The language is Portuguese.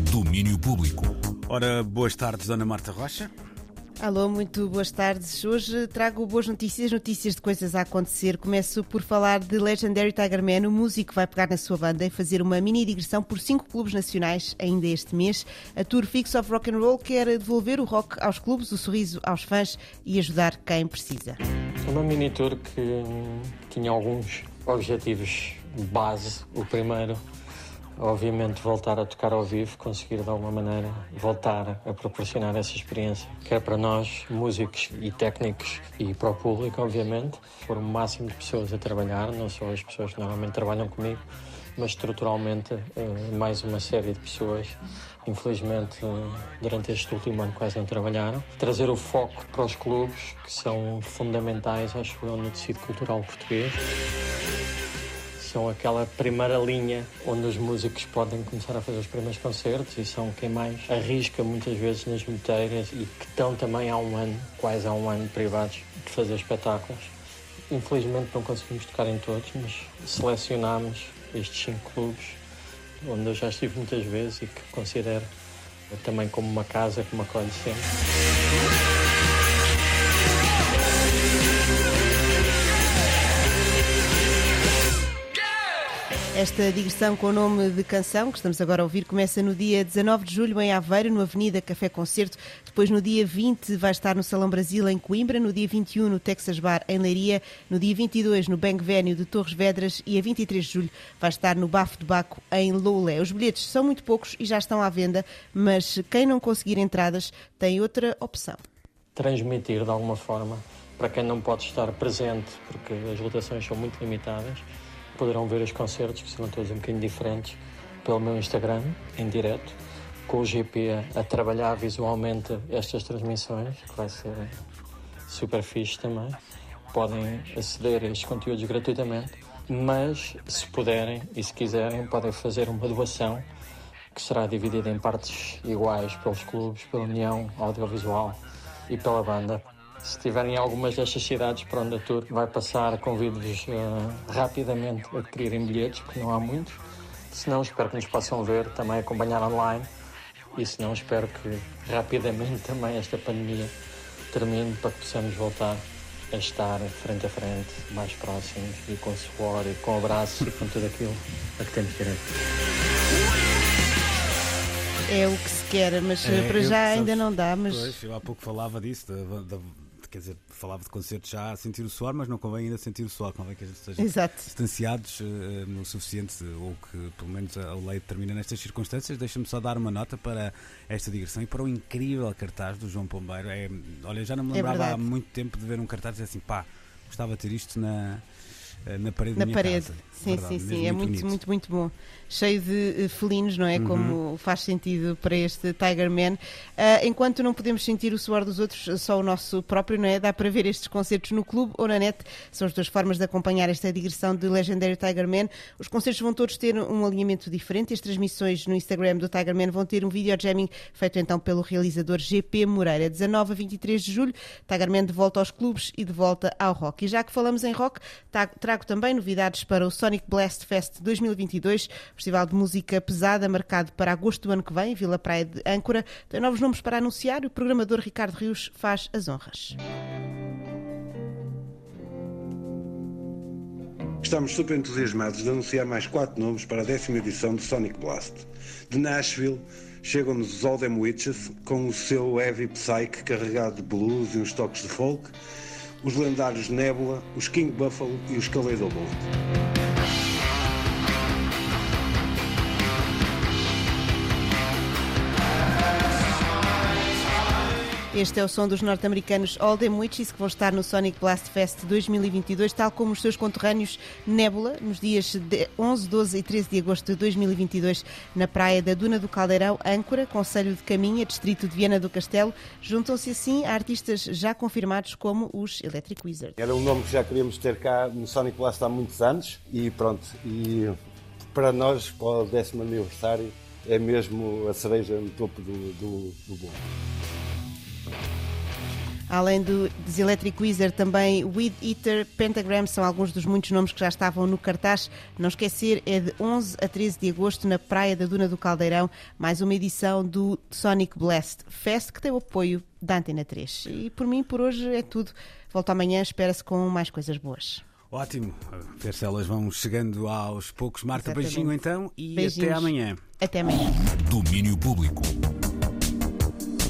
Domínio Público. Ora, boas tardes, Dona Marta Rocha. Alô, muito boas tardes. Hoje trago boas notícias de coisas a acontecer. Começo por falar de Legendary Tiger Man. O músico vai pegar na sua banda e fazer uma mini digressão por 5 clubes nacionais ainda este mês. A Tour Fix of Rock and Roll quer devolver o rock aos clubes, o sorriso aos fãs e ajudar quem precisa. Uma mini tour que tinha alguns objetivos base. O primeiro, obviamente, voltar a tocar ao vivo, conseguir de alguma maneira voltar a proporcionar essa experiência, quer para nós, músicos e técnicos, e para o público, obviamente, for o máximo de pessoas a trabalhar, não só as pessoas que normalmente trabalham comigo, mas estruturalmente mais uma série de pessoas. Infelizmente, durante este último ano quase não trabalharam. Trazer o foco para os clubes, que são fundamentais, acho eu, no tecido cultural português. São aquela primeira linha onde os músicos podem começar a fazer os primeiros concertos e são quem mais arrisca muitas vezes nas bilheteiras e que estão também há um ano, quase há um ano, privados de fazer espetáculos. Infelizmente não conseguimos tocar em todos, mas selecionámos estes 5 clubes onde eu já estive muitas vezes e que considero também como uma casa que me acolhe sempre. Esta digressão com o nome de canção, que estamos agora a ouvir, começa no dia 19 de julho em Aveiro, no Avenida Café Concerto. Depois, no dia 20, vai estar no Salão Brasil, em Coimbra. No dia 21, no Texas Bar, em Leiria. No dia 22, no Bang Venue de Torres Vedras. E a 23 de julho vai estar no Bafo de Baco, em Loulé. Os bilhetes são muito poucos e já estão à venda, mas quem não conseguir entradas tem outra opção. Transmitir, de alguma forma, para quem não pode estar presente, porque as lotações são muito limitadas, poderão ver os concertos, que serão todos um bocadinho diferentes, pelo meu Instagram, em direto, com o GP a trabalhar visualmente estas transmissões, que vai ser super fixe também. Podem aceder a estes conteúdos gratuitamente, mas se puderem e se quiserem, podem fazer uma doação, que será dividida em partes iguais pelos clubes, pela União Audiovisual e pela banda. Se estiverem em algumas destas cidades para onde a tour vai passar, convido-vos rapidamente a adquirirem bilhetes, porque não há muitos. Se não, espero que nos possam ver, também acompanhar online. E se não, espero que rapidamente também esta pandemia termine para que possamos voltar a estar frente a frente, mais próximos e com suor e com abraços e com tudo aquilo a que temos direito. É o que se quer, mas para já ainda não dá. Mas... Pois, eu há pouco falava disso, quer dizer, falava de concertos já a sentir o suor, mas não convém ainda sentir o suor, convém que a gente esteja distanciados o suficiente, ou que pelo menos a lei determina nestas circunstâncias. Deixa-me só dar uma nota para esta digressão e para o incrível cartaz do João Pombeiro. Olha, já não me lembrava há muito tempo de ver um cartaz e dizer assim, pá, gostava de ter isto na parede da minha casa. Sim, verdade, sim, é muito bom. Cheio de felinos, não é? Como faz sentido para este Tiger Man. Enquanto não podemos sentir o suor dos outros, só o nosso próprio, não é? Dá para ver estes concertos no clube ou na net. São as duas formas de acompanhar esta digressão de Legendary Tiger Man. Os concertos vão todos ter um alinhamento diferente. As transmissões no Instagram do Tiger Man vão ter um videojamming feito então pelo realizador GP Moreira. 19 a 23 de julho, Tiger Man de volta aos clubes e de volta ao rock. E já que falamos em rock, trago também novidades para o Sonic Blast Fest 2022, festival de música pesada marcado para agosto do ano que vem, Vila Praia de Âncora. Tem novos nomes para anunciar e o programador Ricardo Rios faz as honras. Estamos super entusiasmados de anunciar mais 4 nomes para a 10ª edição do Sonic Blast. De Nashville, chegam-nos os All Them Witches, com o seu heavy psych carregado de blues e uns toques de folk, os lendários Nebula, os King Buffalo e os Kaleidobolt. Este é o som dos norte-americanos All Them Witches, que vão estar no Sonic Blast Fest 2022, tal como os seus conterrâneos Nebula, nos dias 11, 12 e 13 de agosto de 2022, na praia da Duna do Caldeirão, Âncora, concelho de Caminha, distrito de Viana do Castelo. Juntam-se assim a artistas já confirmados como os Electric Wizard. Era um nome que já queríamos ter cá no Sonic Blast há muitos anos e pronto, e para nós, para o 10º aniversário, é mesmo a cereja no topo do bolo. Além dos Electric Wizard, também Weed Eater, Pentagram, são alguns dos muitos nomes que já estavam no cartaz. Não esquecer, é de 11 a 13 de agosto na Praia da Duna do Caldeirão, mais uma edição do Sonic Blast Fest, que tem o apoio da Antena 3. E por mim, por hoje, é tudo. Volto amanhã, espera-se com mais coisas boas. Ótimo, ver se elas vão chegando aos poucos. Marta, Exatamente. Beijinho então e Beijinhos. até amanhã. Até amanhã. Domínio Público.